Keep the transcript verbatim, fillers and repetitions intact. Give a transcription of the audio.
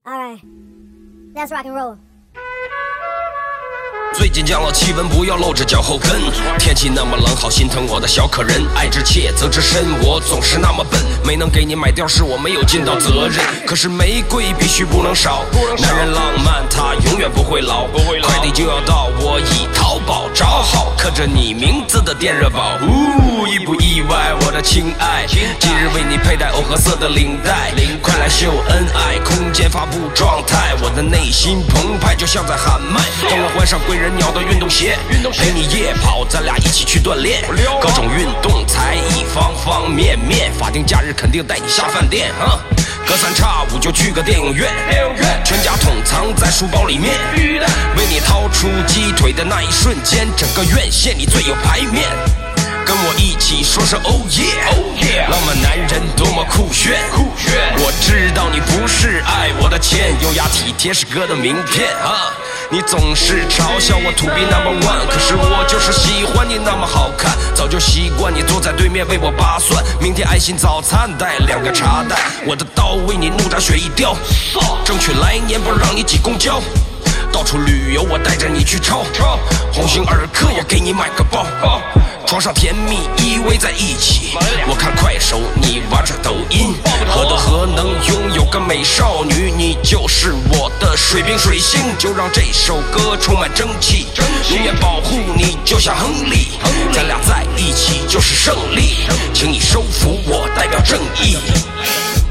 All right, let's rock and roll. 最近降了气温，不要露着脚后跟。天气那么冷，好心疼我的小可人。爱之切，责之深，我总是那么笨，没能给你买貂，是我没有尽到责任。可是玫瑰必须不能少，男人浪漫他永远不会老。快递就要到，我以淘宝找好刻着你名字的电热宝。呜，意不意外，我的亲爱？今日为你佩戴藕荷色的领带，快来秀恩爱，空间发布状态，我的内心澎湃，就像在喊麦。等我换上贵人鸟的运动鞋，陪你夜跑，咱俩一起去锻炼，各种运动才艺方方面面，法定假日肯定带你下饭店啊！隔三差五就去个电影院，全家桶藏在书包里面，为你掏出鸡腿的那一瞬间，整个院线你最有排面。跟我一起说声 Oh yeah， 浪漫男人多么酷炫！我知道你不是爱我的钱，优雅体贴是哥的名片啊！你总是嘲笑我 to be number one， 可是我就是喜欢你那么好看，早就习惯你坐在对面为我扒蒜。明天爱心早餐带两个茶袋，我的刀为你怒斩雪一雕，争取来年不让你挤公交。到处旅游我带着你去抄，鸿星尔克我给你买个包。床上甜蜜依偎在一起，我看快手，你玩着抖音，何德何能拥有个美少女？你就是我的水冰水星，就让这首歌充满蒸汽，永远保护你，就像亨利，咱俩在一起就是胜利，请你收服我，代表正义。